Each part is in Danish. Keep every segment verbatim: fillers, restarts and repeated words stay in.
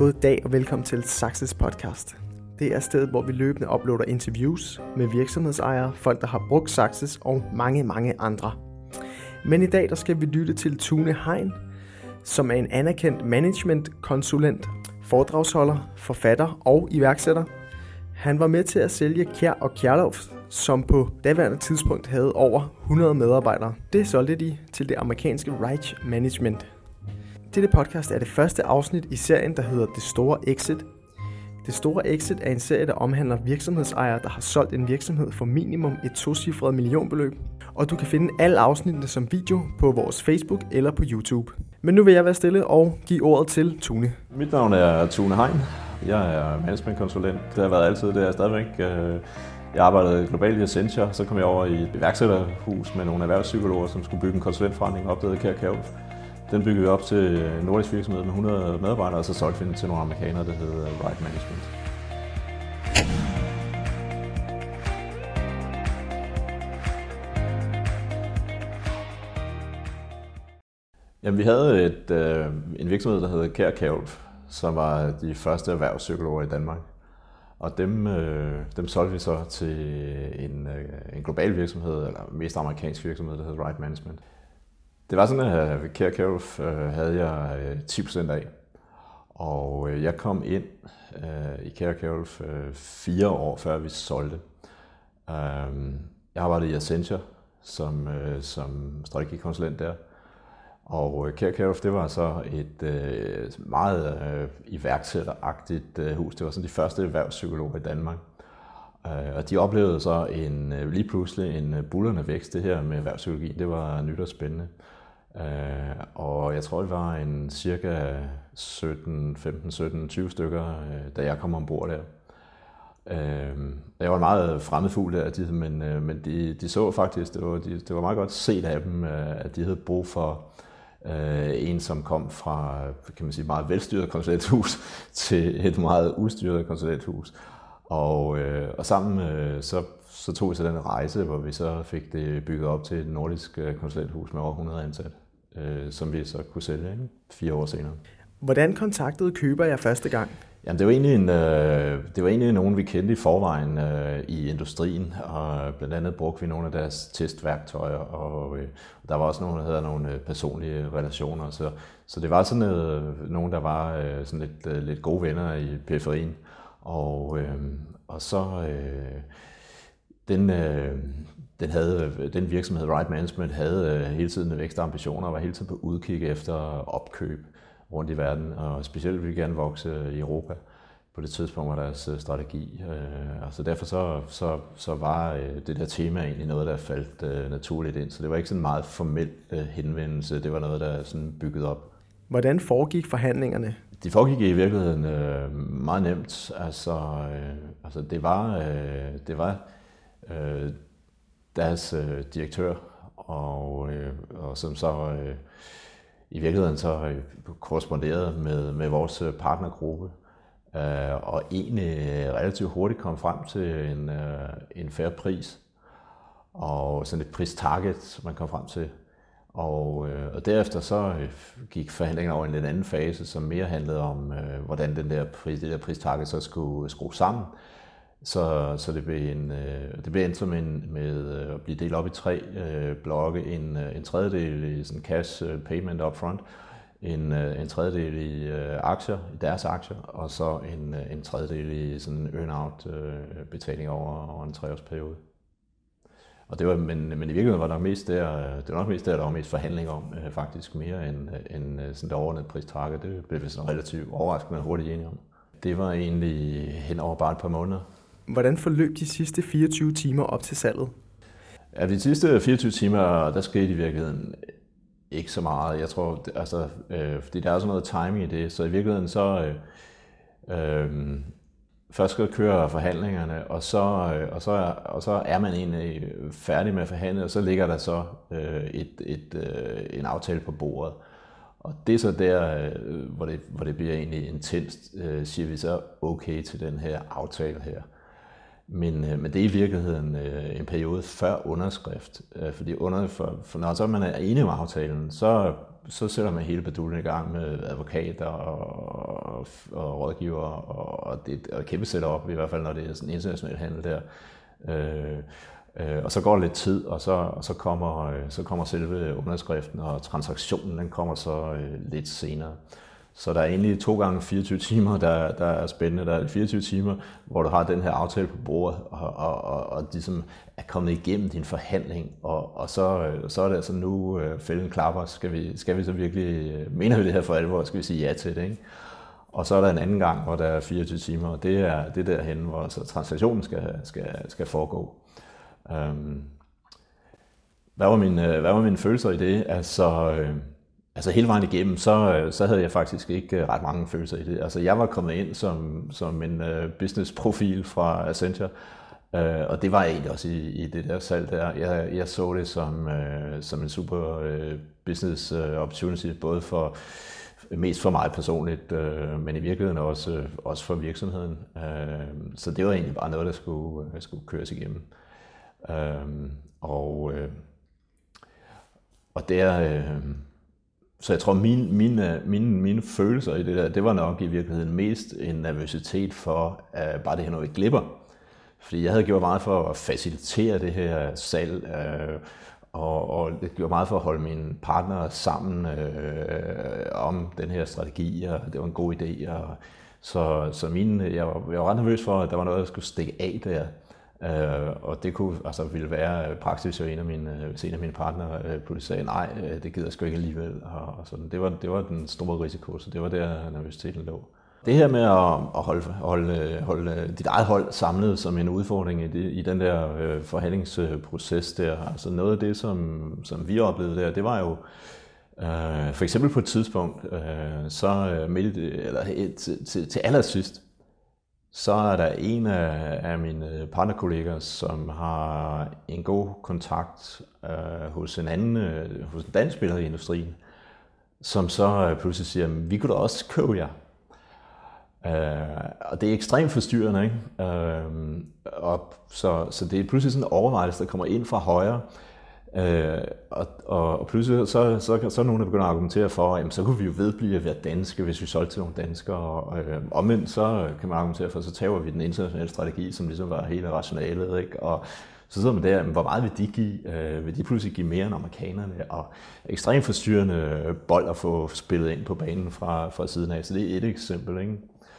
God dag og velkommen til Success Podcast. Det er stedet, hvor vi løbende uploader interviews med virksomhedsejere, folk der har brugt Success og mange, mange andre. Men i dag der skal vi lytte til Tune Hein, som er en anerkendt management-konsulent, foredragsholder, forfatter og iværksætter. Han var med til at sælge Kjær og Kjærlov, som på daværende tidspunkt havde over hundrede medarbejdere. Det solgte de til det amerikanske Reich Management. Dette podcast er det første afsnit i serien, der hedder Det Store Exit. Det Store Exit er en serie, der omhandler virksomhedsejere, der har solgt en virksomhed for minimum et tocifret millionbeløb. Og du kan finde alle afsnittene som video på vores Facebook eller på YouTube. Men nu vil jeg være stille og give ordet til Tune. Mit navn er Tune Hein. Jeg er managementkonsulent. Det har været altid, det er stadigvæk. Jeg arbejdede globalt i Accenture, så kom jeg over i et iværksætterhus med nogle erhvervspsykologer, som skulle bygge en konsulentforretning op, der hed Kjær Kjærulf. Den byggede vi op til nordisk virksomhed med hundrede medarbejdere, og så solgte vi den til nogle amerikanere, der hed Right Management. Jamen, vi havde et, øh, en virksomhed, der hed Kjær Kjærulf, som var de første erhvervspsykologer i Danmark. Og dem, øh, dem solgte vi så til en, øh, en global virksomhed, eller mest amerikansk virksomhed, der hed Right Management. Det var sådan, at Kjær Kjærulf øh, havde jeg øh, ti procent af. Og øh, jeg kom ind øh, i Kjær Kjærulf øh, fire år før vi solgte. Øh, jeg arbejdede i Accenture som, øh, som strategikonsulent der. Og øh, Kjær Kjærulf, det var så et øh, meget øh, iværksætteragtigt øh, hus. Det var sådan de første erhvervspsykologer i Danmark. Øh, og de oplevede så en, øh, lige pludselig en øh, buldrende vækst. Det her med erhvervspsykologi, det var nyt og spændende. Øh, og jeg tror, det var en cirka sytten, femten, sytten, tyve stykker, øh, da jeg kom ombord der. Øh, jeg var en meget fremmed fugl der, de, men, øh, men de, de så faktisk, det var, de, det var meget godt set af dem, øh, at de havde brug for øh, en, som kom fra, kan man sige, meget velstyret konsulenthus til et meget udstyret konsulenthus. Og, øh, og sammen øh, så, så tog vi så den rejse, hvor vi så fik det bygget op til et nordisk konsulenthus med over hundrede ansatte, øh, som vi så kunne sælge ikke? fire år senere. Hvordan kontaktede køber jeg første gang? Jamen, det var egentlig en, øh, det var egentlig nogen, vi kendte i forvejen øh, i industrien, og blandt andet brugte vi nogle af deres testværktøjer, og øh, der var også nogen, der havde nogle personlige relationer, så, så det var sådan øh, nogen, der var øh, sådan lidt, øh, lidt gode venner i periferien. Og, øh, og så øh, den, øh, den, havde, den virksomhed, Right Management, havde øh, hele tiden vækstambitioner og var hele tiden på udkig efter opkøb rundt i verden. Og specielt ville vi gerne vokse i Europa. På det tidspunkt var deres strategi. Øh, altså derfor så, så, så var øh, det der tema egentlig noget, der faldt øh, naturligt ind. Så det var ikke sådan en meget formel øh, henvendelse. Det var noget, der sådan bygget op. Hvordan foregik forhandlingerne? De foregik i virkeligheden øh, meget nemt. Altså, øh, altså det var, øh, det var øh, deres øh, direktør, og, øh, og som så øh, i virkeligheden så øh, korresponderede med, med vores partnergruppe, øh, og egentlig relativt hurtigt kom frem til en, øh, en fair pris, og sådan et pristarget, man kom frem til. Og, øh, og derefter så øh, gik forhandlingerne over i en lidt anden fase, som mere handlede om, øh, hvordan den der pris, det der pristarget så skulle skrues sammen. Så, så det blev en, øh, det blev endt som en, med at blive delt op i tre øh, blokke. En, en tredjedel i sådan cash payment upfront, en, en tredjedel i øh, aktier, i deres aktier, og så en, en tredjedel i sådan earn-out øh, betaling over, over en treårsperiode. Og det var, men, men i virkeligheden var der mest der, det var nok mest der, der var mest forhandling om, øh, faktisk mere end, end sådan det overordnede pristarget. Det blev vi sådan relativt overraskende og hurtigt enige om. Det var egentlig hen over bare et par måneder. Hvordan forløb de sidste fireogtyve timer op til salget? Ja, de sidste fireogtyve timer, der skete i virkeligheden ikke så meget. Jeg tror, altså, øh, fordi der er sådan noget timing i det, så i virkeligheden så... Øh, øh, Først skal køre forhandlingerne, og så, og, så, og så er man egentlig færdig med at forhandle, og så ligger der så øh, et, et, øh, en aftale på bordet. Og det er så der, øh, hvor, det, hvor det bliver egentlig intenst, øh, siger vi så okay til den her aftale her. Men, men det er i virkeligheden en periode før underskrift. Fordi under, for, for når så man er enig om aftalen, så, så sætter man hele baduljen i gang med advokater og, og, og rådgiver, og det er et kæmpe setup, i hvert fald når det er sådan en international handel der. Øh, øh, og så går det lidt tid, og så, og så, kommer, øh, så kommer selve underskriften, og transaktionen den kommer så øh, lidt senere. Så der er egentlig to gange fireogtyve timer, der, der er spændende. Der er fireogtyve timer, hvor du har den her aftale på bordet, og, og, og, og ligesom er kommet igennem din forhandling, og, og så, så er det altså nu øh, fælden klapper. Skal vi, skal vi så virkelig, mener vi det her for alvor, skal vi sige ja til det, ikke? Og så er der en anden gang, hvor der er fireogtyve timer, og det er det derhen, hvor så transaktionen skal, skal, skal foregå. Um, hvad, var min, hvad var mine følelser i det? Altså... Øh, Altså hele vejen igennem, så, så havde jeg faktisk ikke ret mange følelser i det. Altså jeg var kommet ind som, som en uh, business-profil fra Accenture, uh, og det var jeg egentlig også i, i det der salg der. Jeg, jeg så det som, uh, som en super uh, business uh, opportunity, både for, mest for mig personligt, uh, men i virkeligheden også, uh, også for virksomheden. Uh, så det var egentlig bare noget, der skulle, uh, skulle køres igennem. Uh, og, uh, og der... Uh, Så jeg tror, mine, mine, mine, mine følelser i det der, det var nok i virkeligheden mest en nervøsitet for, at bare det her noget glipper. Fordi jeg havde gjort meget for at facilitere det her salg, øh, og, og det gjorde meget for at holde mine partnere sammen øh, om den her strategi, og det var en god idé. Og så så mine, jeg, var, jeg var ret nervøs for, at der var noget, der skulle stikke af der. Uh, og det kunne altså ville være praktisk, hvis en af mine, hvis en af mine partnere uh, pludselig sagde, nej, det gider jeg sgu ikke alligevel. Og, og sådan. Det, var, det var den store risiko, så det var der nervøsiteten lå. Det her med at, at holde, holde, holde dit eget hold samlet som en udfordring i, det, i den der uh, forhandlingsproces der, altså noget af det, som, som vi oplevede der, det var jo uh, for eksempel på et tidspunkt, uh, så uh, midt, eller, til, til, til allersidst, så er der en af, af mine partnerkolleger, som har en god kontakt øh, hos en anden, øh, hos en dansk spiller i industrien, som så øh, pludselig siger, vi kunne da også købe jer. Øh, og det er ekstremt forstyrrende, ikke? Øh, og så, så det er pludselig sådan en overvejelse, der kommer ind fra højre. Øh, og, og, og pludselig så, så, så er nogen, der begynder at argumentere for, at så kunne vi jo vedblive at være danske, hvis vi solgte til nogle danskere. Og øh, omvendt så kan man argumentere for, så tager vi den internationale strategi, som ligesom var hele rationalet, ikke? Og så sidder man der, hvor meget vil de give? Øh, vil de pludselig give mere end amerikanerne? Og ekstremt forstyrrende bold at få spillet ind på banen fra, fra siden af. Så det er et eksempel, ikke?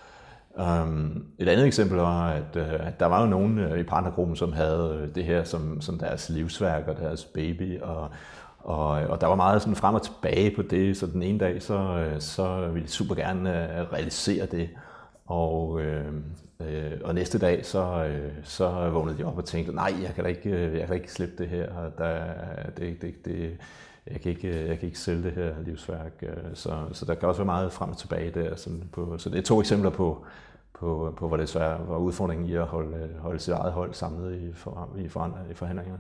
Um, et andet eksempel var, at, uh, at der var jo nogen uh, i partnergruppen, som havde uh, det her som, som deres livsværk og deres baby, og, og, og der var meget sådan frem og tilbage på det, så den ene dag, så, uh, så ville de super gerne uh, realisere det, og, uh, uh, og næste dag, så, uh, så vågnede de op og tænkte, nej, jeg kan da ikke, jeg kan da ikke slippe det her, der, det, det, det, Jeg kan, ikke, jeg kan ikke sælge det her livsværk, så, så der kan også være meget frem og tilbage der. Sådan på, så det er to eksempler på, på, på hvor det svært var udfordringen i at holde, holde sit eget hold samlet i, for, i, for, i forhandlingerne.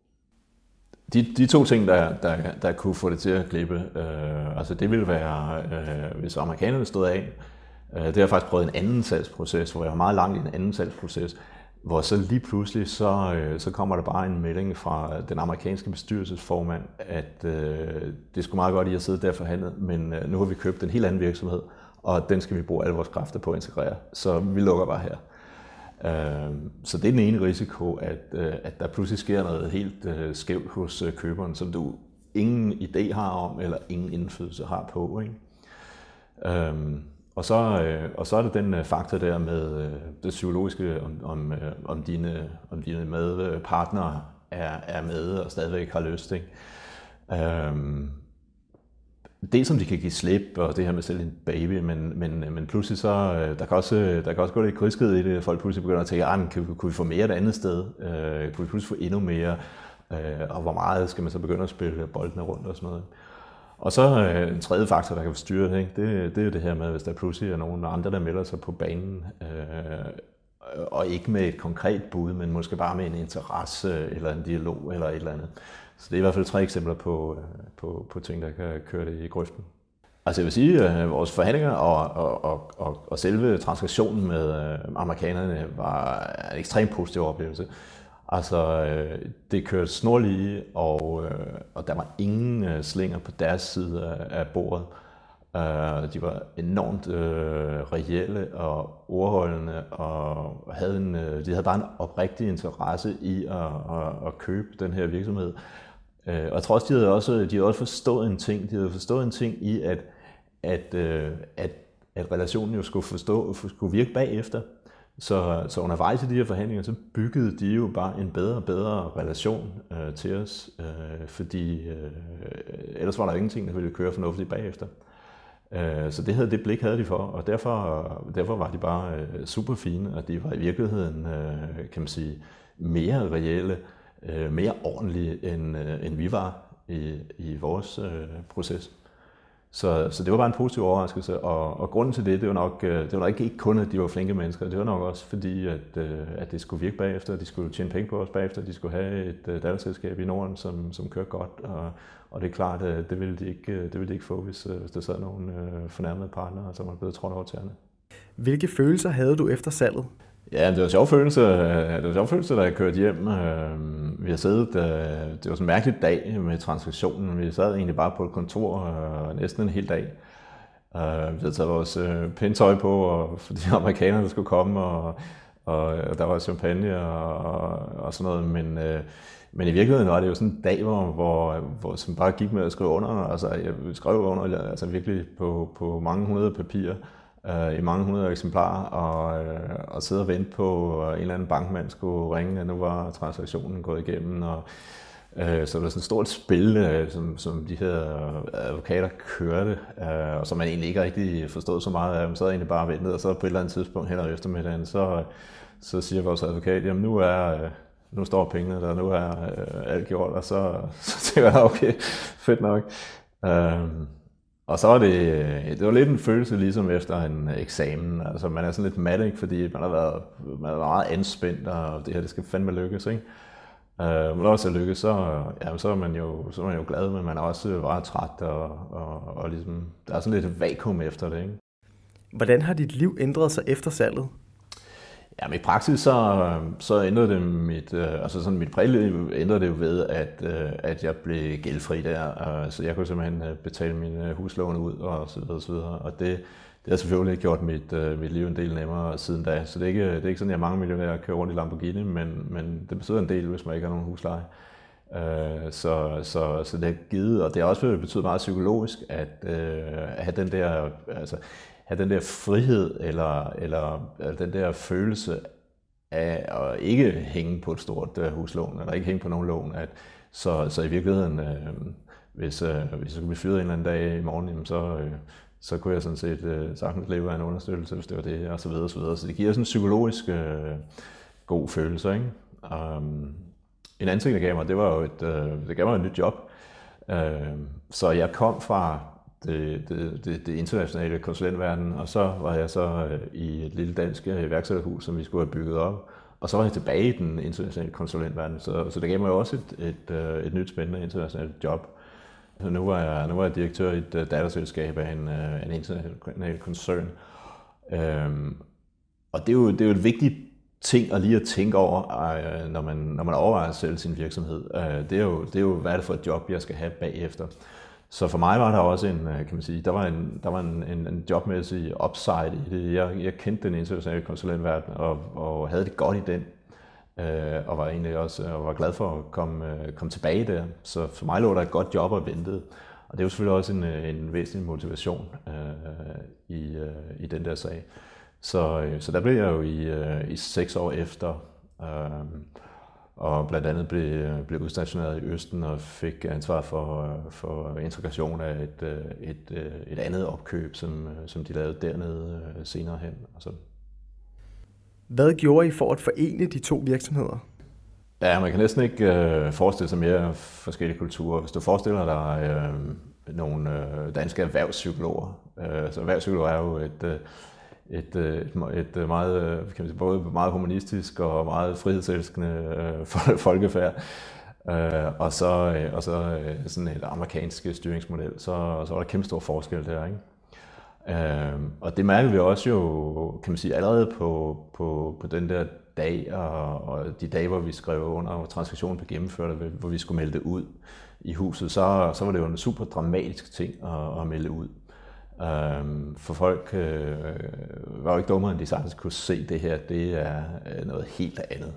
De, de to ting, der, der, der kunne få det til at glippe, øh, altså det ville være, øh, hvis amerikanerne stod af. Øh, det har jeg faktisk prøvet en anden salgsproces, hvor jeg var meget langt i en anden salgsproces, hvor så lige pludselig, så, øh, så kommer der bare en melding fra den amerikanske bestyrelsesformand, at øh, det skulle meget godt i at sidde der og forhandle, men øh, nu har vi købt en helt anden virksomhed, og den skal vi bruge alle vores kræfter på at integrere, så vi lukker bare her. Øh, så det er den ene risiko, at, øh, at der pludselig sker noget helt øh, skævt hos øh, køberen, som du ingen idé har om, eller ingen indflydelse har på, ikke? Øh, Og så, øh, og så er det den øh, faktor der med øh, det psykologiske, om, om, øh, om, dine, om dine medpartnere er, er med og stadigvæk har lyst, ikke? Øhm, det som de kan give slip, og det her med selv en baby, men, men, men pludselig så, øh, der kan også, der kan også gå lidt krigsket i det, folk pludselig begynder at tænke, ah, kunne, kunne vi få mere et andet sted? Øh, kunne vi pludselig få endnu mere? Øh, og hvor meget skal man så begynde at spille boldene rundt og sådan noget? Og så øh, en tredje faktor, der kan forstyrre det, ikke? Det, det er jo det her med, hvis der pludselig er nogen andre, der melder sig på banen, øh, og ikke med et konkret bud, men måske bare med en interesse eller en dialog eller et eller andet. Så det er i hvert fald tre eksempler på, på, på ting, der kan køre det i grøften. Altså jeg vil sige, at vores forhandlinger og, og, og, og, og selve transaktionen med amerikanerne var en ekstremt positiv oplevelse. Altså det kørte snorlige, og, og der var ingen slinger på deres side af bordet. De var enormt reelle og ordholdende, og havde en, de havde bare en oprigtig interesse i at, at, at købe den her virksomhed. Og jeg tror også, de havde også, de havde også forstået en ting. De havde forstået en ting i, at, at, at, at relationen jo skulle, forstå, skulle virke bagefter. Så, så undervejs i de her forhandlinger, så byggede de jo bare en bedre og bedre relation øh, til os, øh, fordi øh, ellers var der ingenting, der ville køre fornuftigt bagefter. Øh, så det, havde, det blik havde de for, og derfor, derfor var de bare øh, super fine, og de var i virkeligheden, øh, kan man sige, mere reelle, øh, mere ordentlige, end, øh, end vi var i, i vores øh, proces. Så, så det var bare en positiv overraskelse, og, og grunden til det, det var nok, det var nok ikke kun, at de var flinke mennesker, det var nok også fordi, at, at det skulle virke bagefter, at de skulle tjene penge på os bagefter, de skulle have et datterselskab i Norden, som, som kørte godt, og, og det er klart, at det ville de ikke, det ville de ikke få, hvis, hvis der sad nogle fornærmede partnere, som var blevet trådt over tæerne. Hvilke følelser havde du efter salget? Ja, det var en sjov følelse, det var en sjov følelse, da jeg kørte hjem. Vi har siddet, det var sådan en mærkelig dag med transaktionen. Vi sad egentlig bare på et kontor næsten en hel dag. Vi havde taget vores pæntøj på, og fordi amerikanerne skulle komme, og, og der var champagne og, og sådan noget. Men, men i virkeligheden var det jo sådan en dag, hvor, hvor, hvor som bare gik med at skrive under. Altså, jeg skrev under altså virkelig på, på mange hundrede papirer. I mange hundrede eksemplarer, og, og sidde og vente på, at en eller anden bankmand skulle ringe, at nu var transaktionen gået igennem. Og, øh, så det var sådan et stort spil, øh, som, som de her advokater kørte, øh, og som man egentlig ikke rigtig forstod så meget af. Man sad egentlig bare og ventede, og så på et eller andet tidspunkt hen ad eftermiddagen, så, så siger vores advokat, jamen nu er... Øh, nu står pengene der, nu er øh, alt gjort, og så, så tænker jeg, okay, fedt nok. Øh, Og så var det, det var lidt en følelse ligesom efter en eksamen. Altså man er sådan lidt mat, ikke? Fordi man har været, man har været meget anspændt, og det her det skal fandme lykkes, ikke? Uh, men når det så lykkes, så, ja, så, er man jo, så er man jo glad, men man er også meget træt, og, og, og ligesom, der er sådan lidt et vakuum efter det, ikke? Hvordan har dit liv ændret sig efter salget? Ja, men i praksis så, så ændrede det mit, øh, altså sådan mit privatliv ændrede det jo ved, at, øh, at jeg blev gældfri der, øh, så jeg kunne simpelthen betale mine huslån ud og så videre og så videre, og det, det har selvfølgelig gjort mit, øh, mit liv en del nemmere siden da, så det er ikke, det er ikke sådan, at jeg er mange millionærer kører rundt i Lamborghini, men, men det betyder en del, hvis man ikke har nogen husleje. Øh, så, så, så det har givet, og det har også betydet meget psykologisk, at øh, have den der, altså have den der frihed, eller, eller, eller den der følelse af at ikke hænge på et stort uh, huslån, eller ikke hænge på nogen lån. At, så, så i virkeligheden, øh, hvis, øh, hvis jeg skulle blive fyret en eller anden dag i morgen, jamen, så, øh, så kunne jeg sådan set øh, sagtens leve af en understøttelse, hvis det var det, og så videre, og så videre. Så det giver sådan en psykologisk øh, god følelse, ikke? Um, en anden ting, der gav mig, det var jo et, øh, det gav mig et nyt job. Uh, så jeg kom fra Det, det, det, det internationale konsulentverden, og så var jeg så i et lille dansk iværksætterhus, som vi skulle have bygget op, og så var jeg tilbage i den internationale konsulentverden, så, så det gav mig også et, et, et nyt spændende internationalt job. Så nu var jeg, nu var jeg direktør i et datterselskab af en, en international koncern, øhm, og det er, jo, det er jo et vigtigt ting at lige at tænke over, når man, når man overvejer at sælge sin virksomhed. Det er jo, det er jo hvad er det for et job, jeg skal have bagefter. Så for mig var der også en, kan man sige, der var en, der var en, en, en jobmæssig upside i det. Jeg, jeg kendte den internationale konsulentverden og, og havde det godt i den, øh, og var egentlig også og var glad for at komme, komme tilbage der. Så for mig lå der et godt job og ventede. Og det er jo selvfølgelig også en, en væsentlig motivation øh, i, øh, i den der sag. Så, øh, så der blev jeg jo i, øh, i seks år efter, øh, og blandt andet blev, blev udstationeret i Østen og fik ansvar for, for integration af et, et, et andet opkøb, som, som de lavede dernede senere hen. Og Hvad gjorde I for at forene de to virksomheder? Ja, man kan næsten ikke øh, forestille sig mere forskellige kulturer. Hvis du forestiller dig øh, nogle øh, danske erhvervspsykologer, øh, så erhvervspsykologer er jo et, øh, et, et, et meget, kan man sige, både meget humanistisk og meget frihedselskende øh, folkefærd. øh, og så, øh, og så øh, sådan et amerikansk styringsmodel, så, så var der kæmpe stor forskel der, ikke? Øh, og det mærkede vi også jo, kan man sige, allerede på, på, på den der dag, og, og de dage, hvor vi skrev under, og transaktionen blev gennemført, hvor vi skulle melde det ud i huset, så, så var det jo en super dramatisk ting at, at melde ud. Um, for folk øh, var jo ikke dummere, end de sagtens kunne se, det her, det er noget helt andet.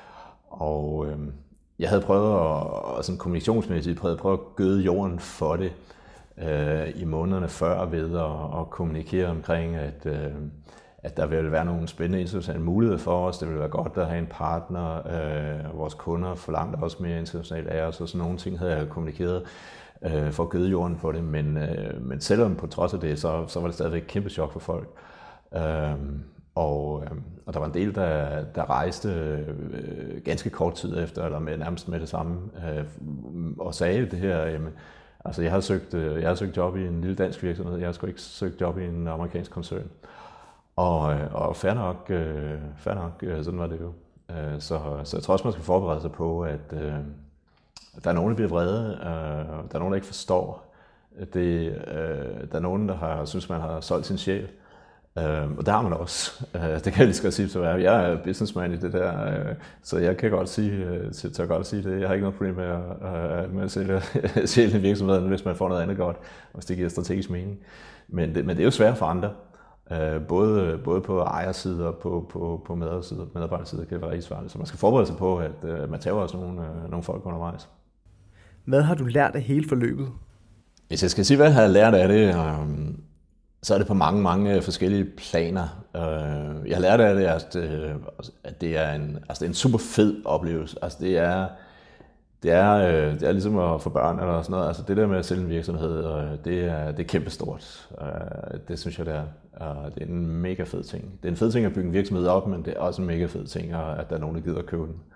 Og øh, jeg havde prøvet at, og sådan kommunikationsmæssigt, prøvet, prøvet at gøde jorden for det øh, i månederne før ved at, at kommunikere omkring, at, øh, at der ville være nogle spændende internationale muligheder for os. Det ville være godt at have en partner. Øh, vores kunder forlangte også mere internationalt af os, og sådan nogle ting havde jeg kommunikeret øh, for at gøde jorden for det. Men, øh, men selvom på trods af det, så, så var det stadigvæk et kæmpe chok for folk. Øh, og, øh, og der var en del, der, der rejste øh, ganske kort tid efter, eller med, nærmest med det samme, øh, og sagde det her, øh, altså jeg har, søgt, øh, jeg har søgt job i en lille dansk virksomhed, jeg har sgu ikke søgt job i en amerikansk koncern. Og, og fair nok, øh, fair nok, sådan var det jo. Øh, så, så jeg tror også, man skal forberede sig på, at øh, der er nogen, der bliver vrede, øh, der er nogen, der ikke forstår det, øh, der er nogen, der har, synes, man har solgt sin sjæl. Uh, og der har man også. Uh, det kan jeg lige så godt sige, så jeg er businessman i det der, uh, så jeg kan godt sige, uh, tør godt sige det. Jeg har ikke noget problem med at, uh, med at sælge, sælge en virksomhed, hvis man får noget andet godt, hvis det giver strategisk mening. Men det, men det er jo svært for andre. Uh, både, både på ejerside og på, på, på medarbejderside kan det være rigtig svært. Så man skal forberede sig på, at uh, man tager også nogle, uh, nogle folk undervejs. Hvad har du lært af hele forløbet? Hvis jeg skal sige, hvad jeg har lært af det, um, så er det på mange, mange forskellige planer. Jeg har lært af det, at, at det er en, altså det er en super fed oplevelse. Altså det er, det er, det er ligesom at få børn eller sådan noget. Altså det der med at sælge en virksomhed, det er, det er kæmpestort. Det synes jeg, det er. Det er en mega fed ting. Det er en fed ting at bygge en virksomhed op, men det er også en mega fed ting, at der er nogen, der gider at købe den.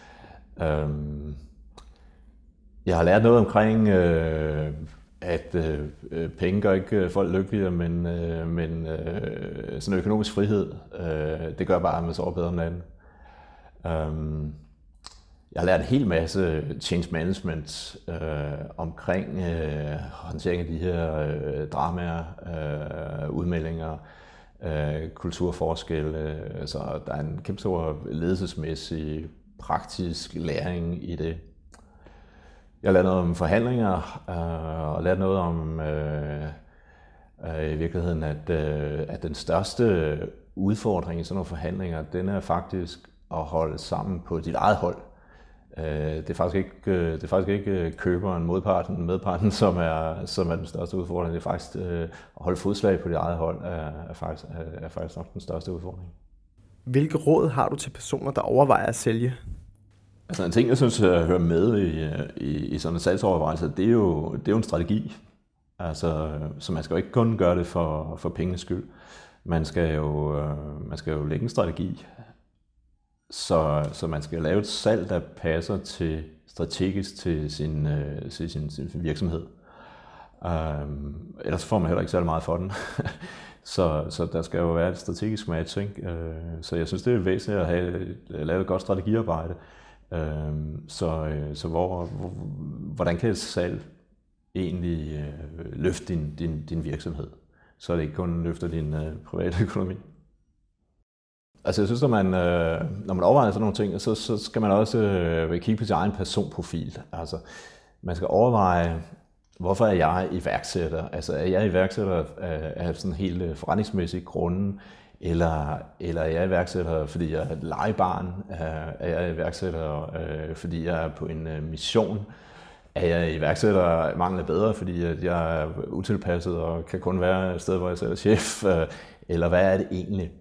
Jeg har lært noget omkring at øh, penge gør ikke folk lykkeligere, men, øh, men øh, sådan en økonomisk frihed, øh, det gør bare, at man sover bedre om natten. Um, jeg har lært en hel masse change management øh, omkring øh, håndtering af de her øh, dramaer, øh, udmeldinger, øh, kulturforskelle. Øh, så der er en kæmpe stor ledelsesmæssig, praktisk læring i det. Jeg har lært noget om forhandlinger, øh, og lært noget om øh, øh, i virkeligheden, at, øh, at den største udfordring i sådan nogle forhandlinger, den er faktisk at holde sammen på dit eget hold. Øh, det, er faktisk ikke, det er faktisk ikke køberen, modparten, medparten, som er, som er den største udfordring. Det er faktisk øh, at holde fodslag på dit eget hold, er, er, faktisk, er, er faktisk nok den største udfordring. Hvilke råd har du til personer, der overvejer at sælge? Altså en ting, jeg synes hører med i, i, i sådan en salgsovervejelse, det er jo, det er jo en strategi. Altså, så man skal jo ikke kun gøre det for, for pengenes skyld. Man skal jo, man skal jo lægge en strategi, så, så man skal lave et salg, der passer til, strategisk til sin, til sin, sin virksomhed. Um, ellers får man heller ikke særlig meget for den. så, så der skal jo være et strategisk match, ikke? Uh, så jeg synes, det er væsentligt at have lavet et godt strategiarbejde. Så, så hvor, hvor, hvordan kan et salg egentlig øh, løfte din, din, din virksomhed, så det ikke kun løfter din øh, private økonomi? Altså jeg synes, når man, øh, når man overvejer sådan nogle ting, så, så skal man også øh, kigge på sin egen personprofil. Altså man skal overveje, hvorfor er jeg iværksætter? Altså er jeg iværksætter af, af sådan helt forretningsmæssige grunde, Eller, eller er jeg iværksætter, fordi jeg er et legebarn? Er jeg iværksætter, fordi jeg er på en mission? Er jeg iværksætter, mangler bedre, fordi jeg er utilpasset og kan kun være et sted, hvor jeg selv er chef? Eller hvad er det egentlig?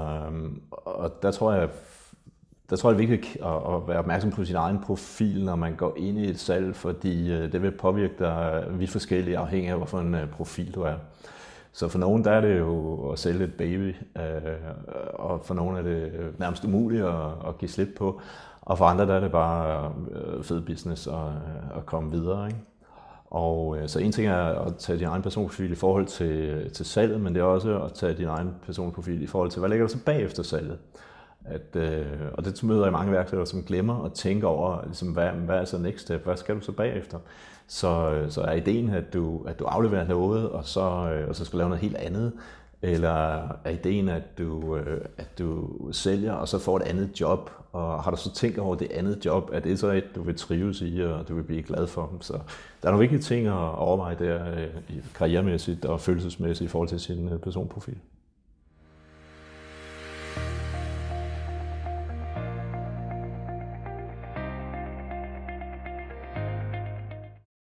Og der tror jeg, der tror jeg det er vigtigt at være opmærksom på sin egen profil, når man går ind i et salg, fordi det vil påvirke dig vidt forskelligt, afhængig af, hvilken profil du er. Så for nogen der er det jo at sælge et baby, øh, og for nogen er det nærmest umuligt at, at give slip på, og for andre der er det bare øh, fed business at, at komme videre, ikke? Og øh, så en ting er at tage din egen personprofil i forhold til, til salget, men det er også at tage din egen personprofil i forhold til, hvad ligger der så bagefter salget? At, øh, og det møder jeg mange iværksættere, som glemmer at tænke over, ligesom, hvad, hvad er så next step, hvad skal du så bagefter? Så, så er ideen, at du, at du afleverer noget, og så, øh, og så skal lave noget helt andet, eller er ideen, at du, øh, at du sælger, og så får et andet job, og har du så tænkt over det andet job, er det så et, du vil trives i, og du vil blive glad for dem? Så der er nogle vigtige ting at overveje der, øh, karrieremæssigt og følelsesmæssigt i forhold til sin personprofil.